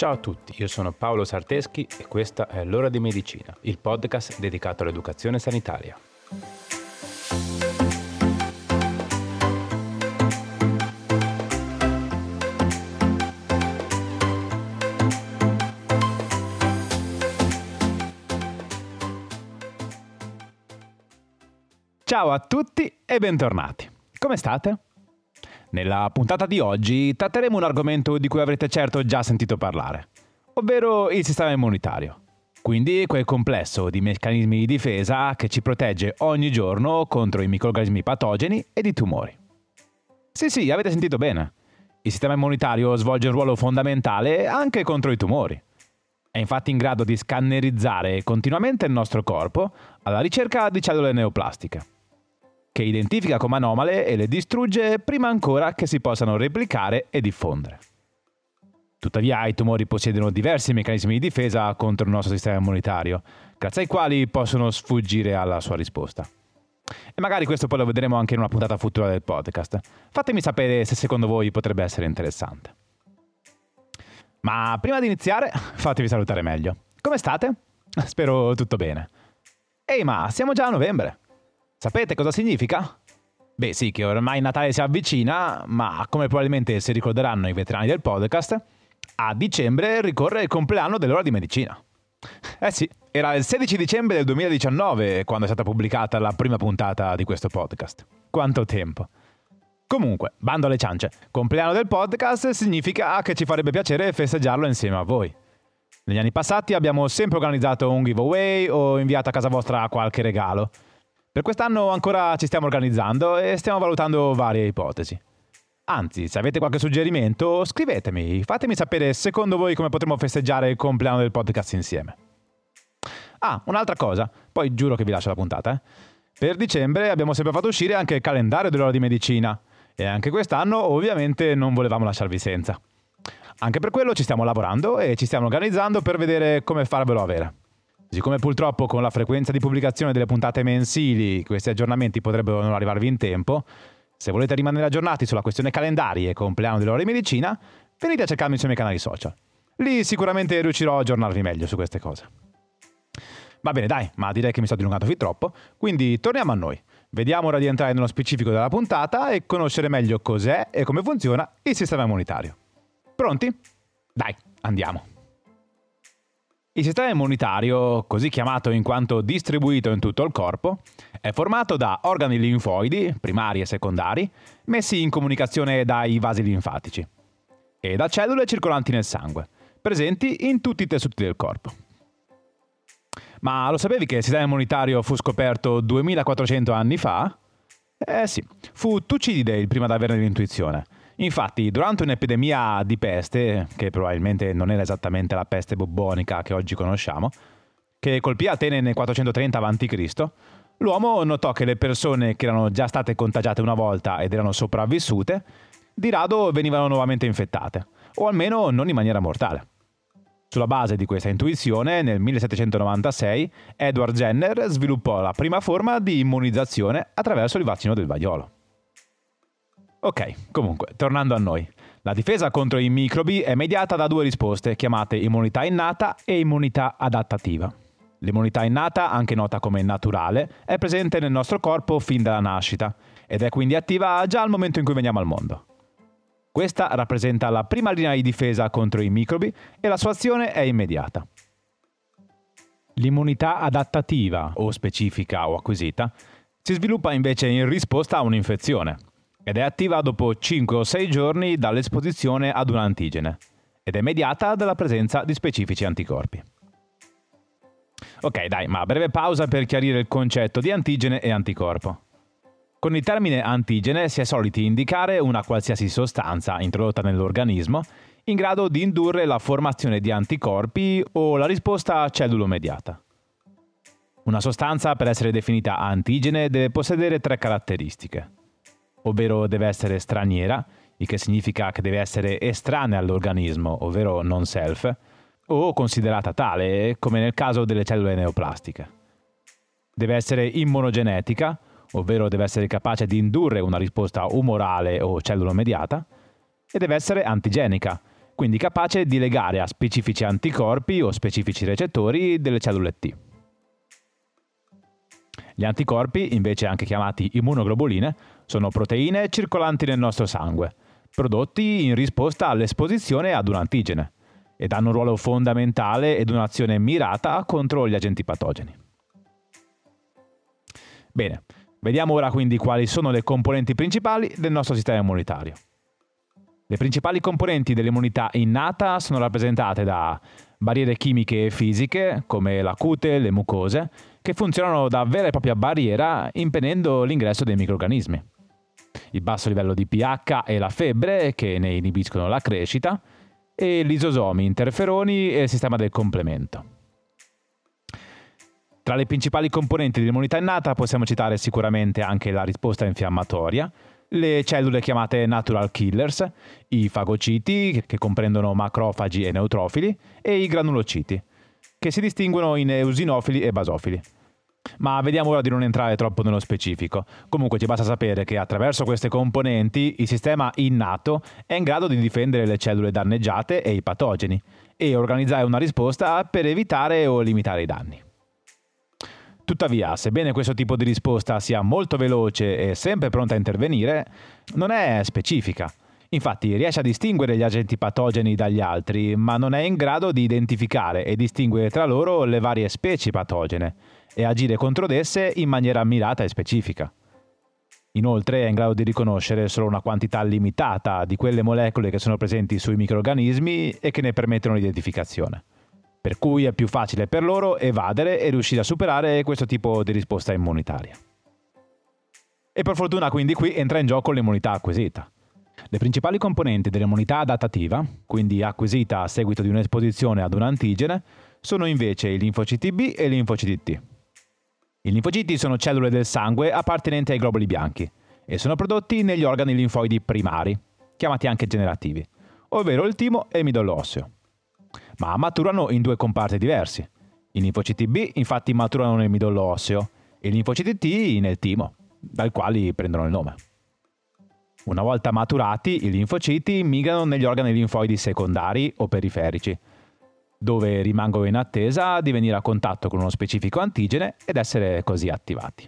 Ciao a tutti, io sono Paolo Sarteschi e questa è L'Ora di Medicina, il podcast dedicato all'educazione sanitaria. Ciao a tutti e bentornati. Come state? Nella puntata di oggi tratteremo un argomento di cui avrete certo già sentito parlare, ovvero il sistema immunitario. Quindi quel complesso di meccanismi di difesa che ci protegge ogni giorno contro i microrganismi patogeni ed i tumori. Sì, avete sentito bene. Il sistema immunitario svolge un ruolo fondamentale anche contro i tumori. È infatti in grado di scannerizzare continuamente il nostro corpo alla ricerca di cellule neoplastiche, che identifica come anomale e le distrugge prima ancora che si possano replicare e diffondere. Tuttavia i tumori possiedono diversi meccanismi di difesa contro il nostro sistema immunitario, grazie ai quali possono sfuggire alla sua risposta. E magari questo poi lo vedremo anche in una puntata futura del podcast. Fatemi sapere se secondo voi potrebbe essere interessante. Ma prima di iniziare, fatevi salutare meglio. Come state? Spero tutto bene. Ehi, ma siamo già a novembre. Sapete cosa significa? Beh sì, che ormai Natale si avvicina, ma come probabilmente si ricorderanno i veterani del podcast, a dicembre ricorre il compleanno dell'Ora di Medicina. Sì, era il 16 dicembre del 2019 quando è stata pubblicata la prima puntata di questo podcast. Quanto tempo! Comunque, bando alle ciance, compleanno del podcast significa che ci farebbe piacere festeggiarlo insieme a voi. Negli anni passati abbiamo sempre organizzato un giveaway o inviato a casa vostra qualche regalo. Per quest'anno ancora ci stiamo organizzando e stiamo valutando varie ipotesi. Anzi, se avete qualche suggerimento, scrivetemi, fatemi sapere secondo voi come potremmo festeggiare il compleanno del podcast insieme. Un'altra cosa, poi giuro che vi lascio la puntata. Per dicembre abbiamo sempre fatto uscire anche il calendario dell'Ora di Medicina e anche quest'anno ovviamente non volevamo lasciarvi senza. Anche per quello ci stiamo lavorando e ci stiamo organizzando per vedere come farvelo avere. Siccome purtroppo con la frequenza di pubblicazione delle puntate mensili questi aggiornamenti potrebbero non arrivarvi in tempo, se volete rimanere aggiornati sulla questione calendari e compleanno dell'Ora di Medicina, venite a cercarmi sui miei canali social. Lì sicuramente riuscirò a aggiornarvi meglio su queste cose. Va bene dai, ma direi che mi sto dilungato fin troppo, quindi torniamo a noi. Vediamo ora di entrare nello specifico della puntata e conoscere meglio cos'è e come funziona il sistema immunitario. Pronti? Dai, andiamo! Il sistema immunitario, così chiamato in quanto distribuito in tutto il corpo, è formato da organi linfoidi, primari e secondari, messi in comunicazione dai vasi linfatici, e da cellule circolanti nel sangue, presenti in tutti i tessuti del corpo. Ma lo sapevi che il sistema immunitario fu scoperto 2400 anni fa? Sì, fu Tucidide il primo ad averne l'intuizione. Infatti, durante un'epidemia di peste, che probabilmente non era esattamente la peste bubbonica che oggi conosciamo, che colpì Atene nel 430 a.C., l'uomo notò che le persone che erano già state contagiate una volta ed erano sopravvissute, di rado venivano nuovamente infettate, o almeno non in maniera mortale. Sulla base di questa intuizione, nel 1796, Edward Jenner sviluppò la prima forma di immunizzazione attraverso il vaccino del vaiolo. Ok, comunque, tornando a noi. La difesa contro i microbi è mediata da due risposte chiamate immunità innata e immunità adattativa. L'immunità innata, anche nota come naturale, è presente nel nostro corpo fin dalla nascita ed è quindi attiva già al momento in cui veniamo al mondo. Questa rappresenta la prima linea di difesa contro i microbi e la sua azione è immediata. L'immunità adattativa, o specifica o acquisita, si sviluppa invece in risposta a un'infezione ed è attiva dopo 5 o 6 giorni dall'esposizione ad un antigene ed è mediata dalla presenza di specifici anticorpi. Ok, dai, ma breve pausa per chiarire il concetto di antigene e anticorpo. Con il termine antigene si è soliti indicare una qualsiasi sostanza introdotta nell'organismo in grado di indurre la formazione di anticorpi o la risposta cellulo-mediata. Una sostanza, per essere definita antigene, deve possedere 3 caratteristiche, ovvero deve essere straniera, il che significa che deve essere estranea all'organismo, ovvero non self, o considerata tale, come nel caso delle cellule neoplastiche. Deve essere immunogenetica, ovvero deve essere capace di indurre una risposta umorale o cellulo-mediata, e deve essere antigenica, quindi capace di legare a specifici anticorpi o specifici recettori delle cellule T. Gli anticorpi, invece anche chiamati immunoglobuline, sono proteine circolanti nel nostro sangue, prodotti in risposta all'esposizione ad un antigene, ed hanno un ruolo fondamentale ed un'azione mirata contro gli agenti patogeni. Bene, vediamo ora quindi quali sono le componenti principali del nostro sistema immunitario. Le principali componenti dell'immunità innata sono rappresentate da barriere chimiche e fisiche, come la cute, le mucose, che funzionano da vera e propria barriera impedendo l'ingresso dei microrganismi. Il basso livello di pH e la febbre, che ne inibiscono la crescita, e lisosomi, interferoni e il sistema del complemento. Tra le principali componenti dell'immunità innata possiamo citare sicuramente anche la risposta infiammatoria, le cellule chiamate natural killers, i fagociti, che comprendono macrofagi e neutrofili, e i granulociti, che si distinguono in eosinofili e basofili. Ma vediamo ora di non entrare troppo nello specifico. Comunque ci basta sapere che attraverso queste componenti il sistema innato è in grado di difendere le cellule danneggiate e i patogeni e organizzare una risposta per evitare o limitare i danni. Tuttavia, sebbene questo tipo di risposta sia molto veloce e sempre pronta a intervenire, non è specifica. Infatti riesce a distinguere gli agenti patogeni dagli altri, ma non è in grado di identificare e distinguere tra loro le varie specie patogene e agire contro di esse in maniera mirata e specifica. Inoltre è in grado di riconoscere solo una quantità limitata di quelle molecole che sono presenti sui microrganismi e che ne permettono l'identificazione. Per cui è più facile per loro evadere e riuscire a superare questo tipo di risposta immunitaria. E per fortuna quindi qui entra in gioco l'immunità acquisita. Le principali componenti dell'immunità adattativa, quindi acquisita a seguito di un'esposizione ad un antigene, sono invece i linfociti B e i linfociti T. I linfociti sono cellule del sangue appartenenti ai globuli bianchi e sono prodotti negli organi linfoidi primari, chiamati anche generativi, ovvero il timo e il midollo osseo. Ma maturano in due comparti diversi. I linfociti B infatti maturano nel midollo osseo e i linfociti T nel timo, dal quali prendono il nome. Una volta maturati, i linfociti migrano negli organi linfoidi secondari o periferici, dove rimangono in attesa di venire a contatto con uno specifico antigene ed essere così attivati.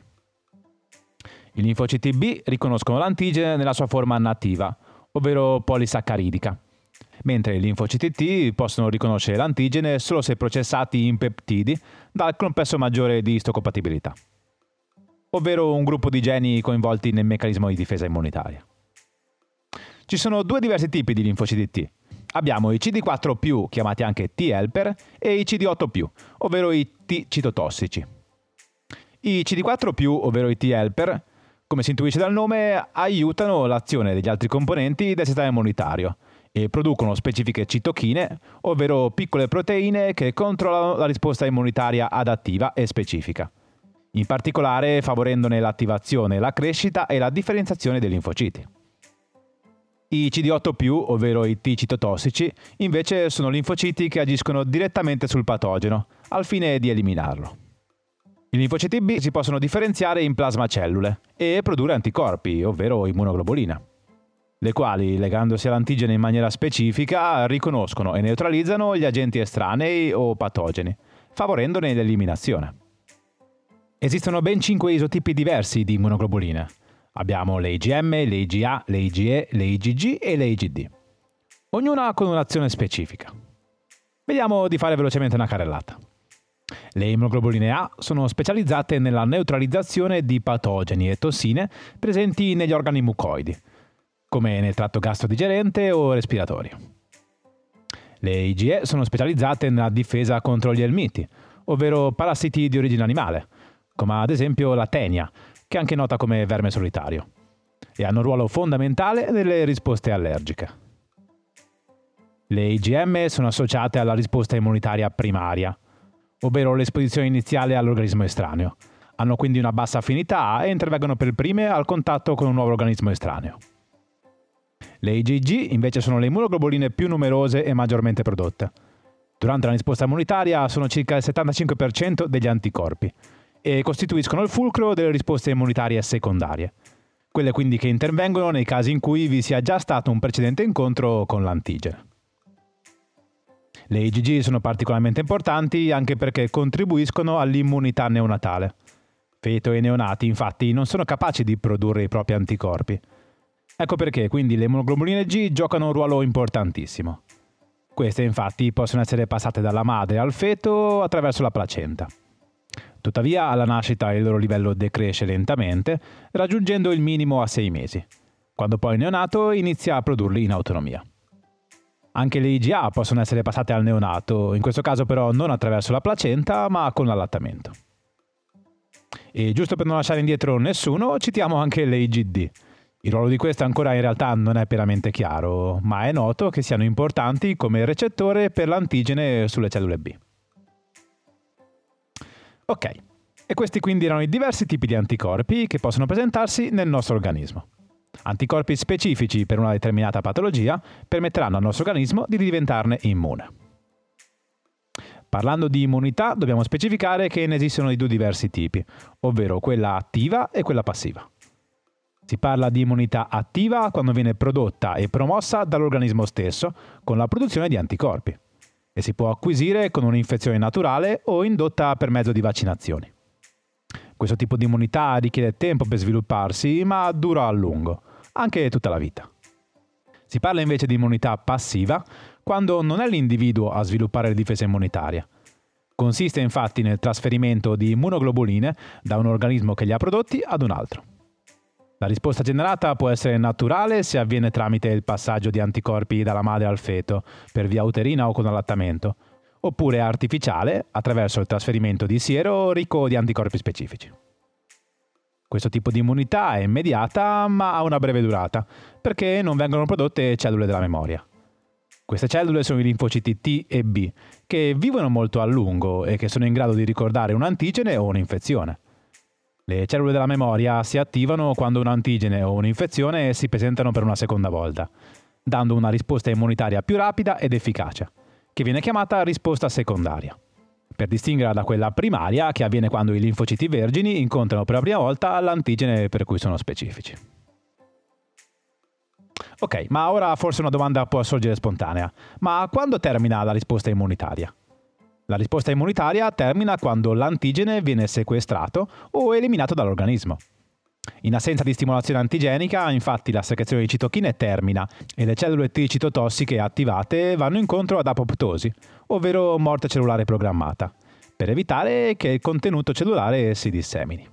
I linfociti B riconoscono l'antigene nella sua forma nativa, ovvero polisaccharidica, mentre i linfociti T possono riconoscere l'antigene solo se processati in peptidi dal complesso maggiore di istocompatibilità, ovvero un gruppo di geni coinvolti nel meccanismo di difesa immunitaria. Ci sono due diversi tipi di linfociti T. Abbiamo i CD4+, chiamati anche T-helper, e i CD8+, ovvero i T citotossici. I CD4+, ovvero i T-helper, come si intuisce dal nome, aiutano l'azione degli altri componenti del sistema immunitario e producono specifiche citochine, ovvero piccole proteine che controllano la risposta immunitaria adattiva e specifica, in particolare favorendone l'attivazione, la crescita e la differenziazione dei linfociti. I CD8+, ovvero i T citotossici, invece sono linfociti che agiscono direttamente sul patogeno, al fine di eliminarlo. I linfociti B si possono differenziare in plasmacellule e produrre anticorpi, ovvero immunoglobuline, le quali, legandosi all'antigene in maniera specifica, riconoscono e neutralizzano gli agenti estranei o patogeni, favorendone l'eliminazione. Esistono ben 5 isotipi diversi di immunoglobuline. Abbiamo le IgM, le IgA, le IgE, le IgG e le IgD, ognuna con un'azione specifica. Vediamo di fare velocemente una carrellata. Le immunoglobuline A sono specializzate nella neutralizzazione di patogeni e tossine presenti negli organi mucoidi, come nel tratto gastro-digerente o respiratorio. Le IgE sono specializzate nella difesa contro gli elmiti, ovvero parassiti di origine animale, come ad esempio la tenia, che è anche nota come verme solitario, e hanno un ruolo fondamentale nelle risposte allergiche. Le IgM sono associate alla risposta immunitaria primaria, ovvero l'esposizione iniziale all'organismo estraneo. Hanno quindi una bassa affinità e intervengono per prime al contatto con un nuovo organismo estraneo. Le IgG invece sono le immunoglobuline più numerose e maggiormente prodotte. Durante la risposta immunitaria sono circa il 75% degli anticorpi e costituiscono il fulcro delle risposte immunitarie secondarie, quelle quindi che intervengono nei casi in cui vi sia già stato un precedente incontro con l'antigene. Le IgG sono particolarmente importanti anche perché contribuiscono all'immunità neonatale. Feto e neonati, infatti, non sono capaci di produrre i propri anticorpi. Ecco perché, quindi, le immunoglobuline G giocano un ruolo importantissimo. Queste, infatti, possono essere passate dalla madre al feto attraverso la placenta. Tuttavia, alla nascita il loro livello decresce lentamente, raggiungendo il minimo a 6 mesi, quando poi il neonato inizia a produrli in autonomia. Anche le IgA possono essere passate al neonato, in questo caso però non attraverso la placenta, ma con l'allattamento. E giusto per non lasciare indietro nessuno, citiamo anche le IgD. Il ruolo di queste ancora in realtà non è pienamente chiaro, ma è noto che siano importanti come recettore per l'antigene sulle cellule B. Ok, e questi quindi erano i diversi tipi di anticorpi che possono presentarsi nel nostro organismo. Anticorpi specifici per una determinata patologia permetteranno al nostro organismo di diventarne immune. Parlando di immunità, dobbiamo specificare che ne esistono di due diversi tipi, ovvero quella attiva e quella passiva. Si parla di immunità attiva quando viene prodotta e promossa dall'organismo stesso con la produzione di anticorpi e si può acquisire con un'infezione naturale o indotta per mezzo di vaccinazioni. Questo tipo di immunità richiede tempo per svilupparsi, ma dura a lungo, anche tutta la vita. Si parla invece di immunità passiva quando non è l'individuo a sviluppare la difesa immunitaria. Consiste infatti nel trasferimento di immunoglobuline da un organismo che li ha prodotti ad un altro. La risposta generata può essere naturale se avviene tramite il passaggio di anticorpi dalla madre al feto, per via uterina o con allattamento, oppure artificiale attraverso il trasferimento di siero ricco di anticorpi specifici. Questo tipo di immunità è immediata ma ha una breve durata, perché non vengono prodotte cellule della memoria. Queste cellule sono i linfociti T e B, che vivono molto a lungo e che sono in grado di ricordare un antigene o un'infezione. Le cellule della memoria si attivano quando un antigene o un'infezione si presentano per una seconda volta, dando una risposta immunitaria più rapida ed efficace, che viene chiamata risposta secondaria, per distinguerla da quella primaria che avviene quando i linfociti vergini incontrano per la prima volta l'antigene per cui sono specifici. Ok, ma ora forse una domanda può sorgere spontanea. Ma quando termina la risposta immunitaria? La risposta immunitaria termina quando l'antigene viene sequestrato o eliminato dall'organismo. In assenza di stimolazione antigenica, infatti, la secrezione di citochine termina e le cellule T citotossiche attivate vanno incontro ad apoptosi, ovvero morte cellulare programmata, per evitare che il contenuto cellulare si dissemini.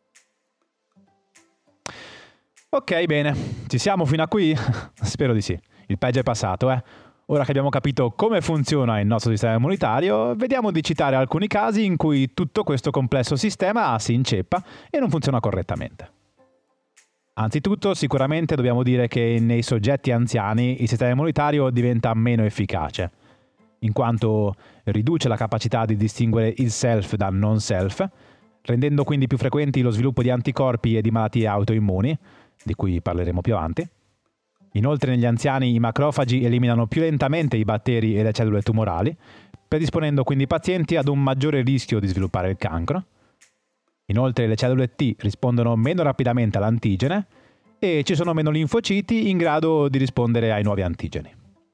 Ok, bene. Ci siamo fino a qui? Spero di sì. Il peggio è passato, Ora che abbiamo capito come funziona il nostro sistema immunitario, vediamo di citare alcuni casi in cui tutto questo complesso sistema si inceppa e non funziona correttamente. Anzitutto, sicuramente dobbiamo dire che nei soggetti anziani il sistema immunitario diventa meno efficace, in quanto riduce la capacità di distinguere il self dal non self, rendendo quindi più frequenti lo sviluppo di anticorpi e di malattie autoimmuni, di cui parleremo più avanti. Inoltre negli anziani i macrofagi eliminano più lentamente i batteri e le cellule tumorali, predisponendo quindi i pazienti ad un maggiore rischio di sviluppare il cancro. Inoltre le cellule T rispondono meno rapidamente all'antigene e ci sono meno linfociti in grado di rispondere ai nuovi antigeni.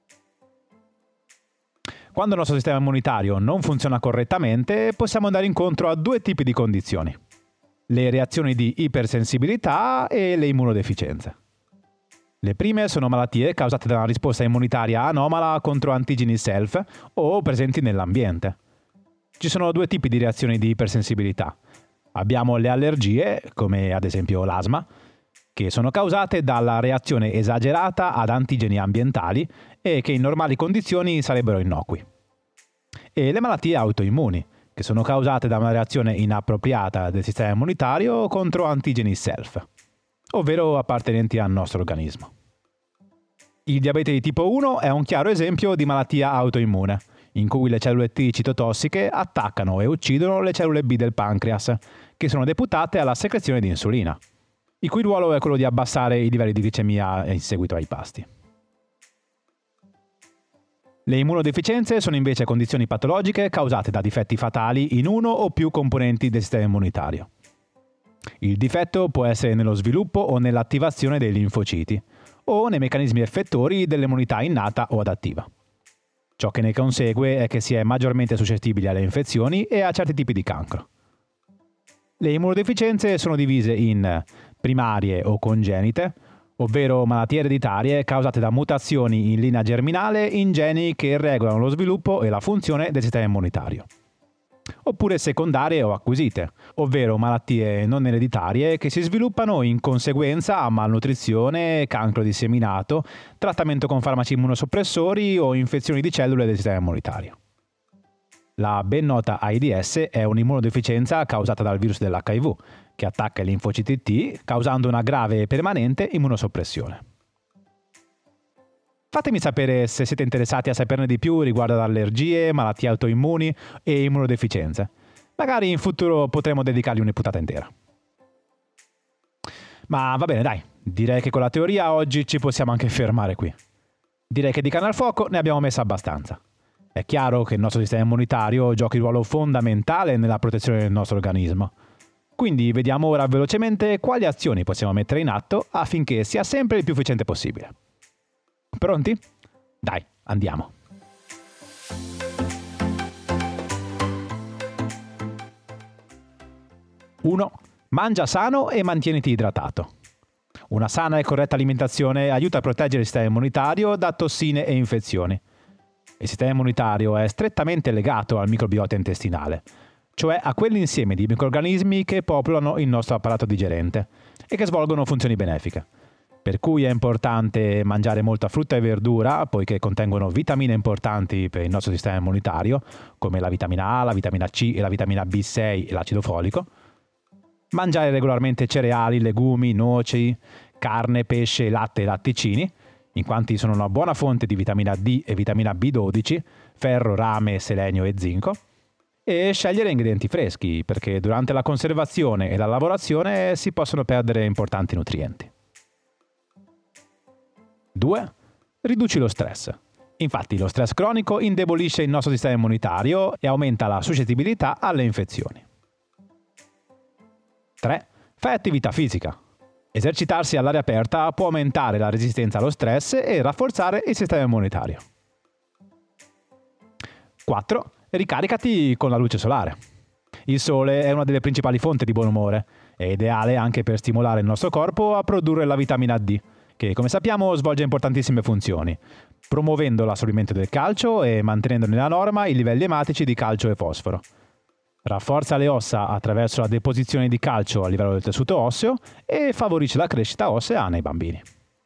Quando il nostro sistema immunitario non funziona correttamente, possiamo andare incontro a due tipi di condizioni: le reazioni di ipersensibilità e le immunodeficienze. Le prime sono malattie causate da una risposta immunitaria anomala contro antigeni self o presenti nell'ambiente. Ci sono due tipi di reazioni di ipersensibilità. Abbiamo le allergie, come ad esempio l'asma, che sono causate dalla reazione esagerata ad antigeni ambientali e che in normali condizioni sarebbero innocui. E le malattie autoimmuni, che sono causate da una reazione inappropriata del sistema immunitario contro antigeni self, ovvero appartenenti al nostro organismo. Il diabete di tipo 1 è un chiaro esempio di malattia autoimmune, in cui le cellule T citotossiche attaccano e uccidono le cellule B del pancreas, che sono deputate alla secrezione di insulina, il cui ruolo è quello di abbassare i livelli di glicemia in seguito ai pasti. Le immunodeficienze sono invece condizioni patologiche causate da difetti fatali in uno o più componenti del sistema immunitario. Il difetto può essere nello sviluppo o nell'attivazione dei linfociti, o nei meccanismi effettori dell'immunità innata o adattiva. Ciò che ne consegue è che si è maggiormente suscettibili alle infezioni e a certi tipi di cancro. Le immunodeficienze sono divise in primarie o congenite, ovvero malattie ereditarie causate da mutazioni in linea germinale in geni che regolano lo sviluppo e la funzione del sistema immunitario. Oppure secondarie o acquisite, ovvero malattie non ereditarie che si sviluppano in conseguenza a malnutrizione, cancro disseminato, trattamento con farmaci immunosoppressori o infezioni di cellule del sistema immunitario. La ben nota AIDS è un'immunodeficienza causata dal virus dell'HIV, che attacca i linfociti T, causando una grave e permanente immunosoppressione. Fatemi sapere se siete interessati a saperne di più riguardo ad allergie, malattie autoimmuni e immunodeficienze. Magari in futuro potremo dedicargli una puntata intera. Ma va bene, dai, direi che con la teoria oggi ci possiamo anche fermare qui. Direi che di canna al fuoco ne abbiamo messa abbastanza. È chiaro che il nostro sistema immunitario gioca un ruolo fondamentale nella protezione del nostro organismo. Quindi vediamo ora velocemente quali azioni possiamo mettere in atto affinché sia sempre il più efficiente possibile. Pronti? Dai, andiamo. 1. Mangia sano e mantieniti idratato. Una sana e corretta alimentazione aiuta a proteggere il sistema immunitario da tossine e infezioni. Il sistema immunitario è strettamente legato al microbiota intestinale, cioè a quell'insieme di microrganismi che popolano il nostro apparato digerente e che svolgono funzioni benefiche. Per cui è importante mangiare molta frutta e verdura, poiché contengono vitamine importanti per il nostro sistema immunitario, come la vitamina A, la vitamina C e la vitamina B6 e l'acido folico. Mangiare regolarmente cereali, legumi, noci, carne, pesce, latte e latticini, in quanto sono una buona fonte di vitamina D e vitamina B12, ferro, rame, selenio e zinco. E scegliere ingredienti freschi, perché durante la conservazione e la lavorazione si possono perdere importanti nutrienti. 2. Riduci lo stress. Infatti lo stress cronico indebolisce il nostro sistema immunitario e aumenta la suscettibilità alle infezioni. 3. Fai attività fisica. Esercitarsi all'aria aperta può aumentare la resistenza allo stress e rafforzare il sistema immunitario. 4. Ricaricati con la luce solare. Il sole è una delle principali fonti di buon umore. È ideale anche per stimolare il nostro corpo a produrre la vitamina D, che come sappiamo svolge importantissime funzioni, promuovendo l'assorbimento del calcio e mantenendo nella norma i livelli ematici di calcio e fosforo. Rafforza le ossa attraverso la deposizione di calcio a livello del tessuto osseo e favorisce la crescita ossea nei bambini.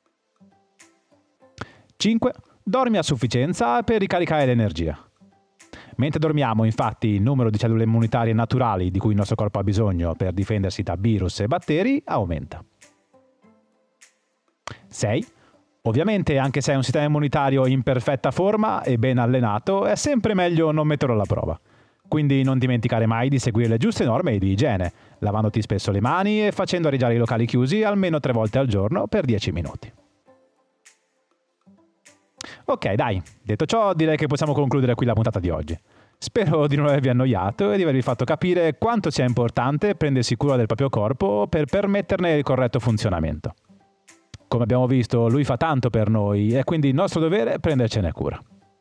5. Dormi a sufficienza per ricaricare l'energia. Mentre dormiamo, infatti, il numero di cellule immunitarie naturali di cui il nostro corpo ha bisogno per difendersi da virus e batteri aumenta. 6. Ovviamente, anche se hai un sistema immunitario in perfetta forma e ben allenato, è sempre meglio non metterlo alla prova. Quindi non dimenticare mai di seguire le giuste norme di igiene, lavandoti spesso le mani e facendo arieggiare i locali chiusi almeno 3 volte al giorno per 10 minuti. Ok, dai, detto ciò direi che possiamo concludere qui la puntata di oggi. Spero di non avervi annoiato e di avervi fatto capire quanto sia importante prendersi cura del proprio corpo per permetterne il corretto funzionamento. Come abbiamo visto, lui fa tanto per noi e quindi il nostro dovere è prendercene cura.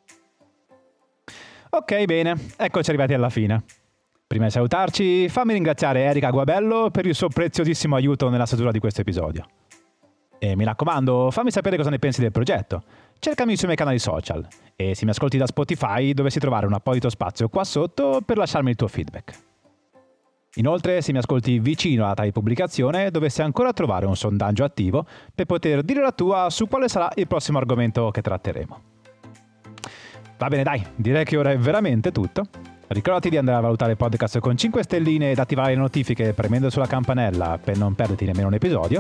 Ok, bene, eccoci arrivati alla fine. Prima di salutarci, fammi ringraziare Erika Guabello per il suo preziosissimo aiuto nella stesura di questo episodio. E mi raccomando, fammi sapere cosa ne pensi del progetto. Cercami sui miei canali social e se mi ascolti da Spotify dovresti trovare un apposito spazio qua sotto per lasciarmi il tuo feedback. Inoltre, se mi ascolti vicino alla data di pubblicazione, dovresti ancora trovare un sondaggio attivo per poter dire la tua su quale sarà il prossimo argomento che tratteremo. Va bene, dai, direi che ora è veramente tutto. Ricordati di andare a valutare il podcast con 5 stelline ed attivare le notifiche premendo sulla campanella per non perderti nemmeno un episodio.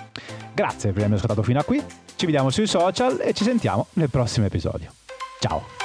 Grazie per avermi ascoltato fino a qui, ci vediamo sui social e ci sentiamo nel prossimo episodio. Ciao!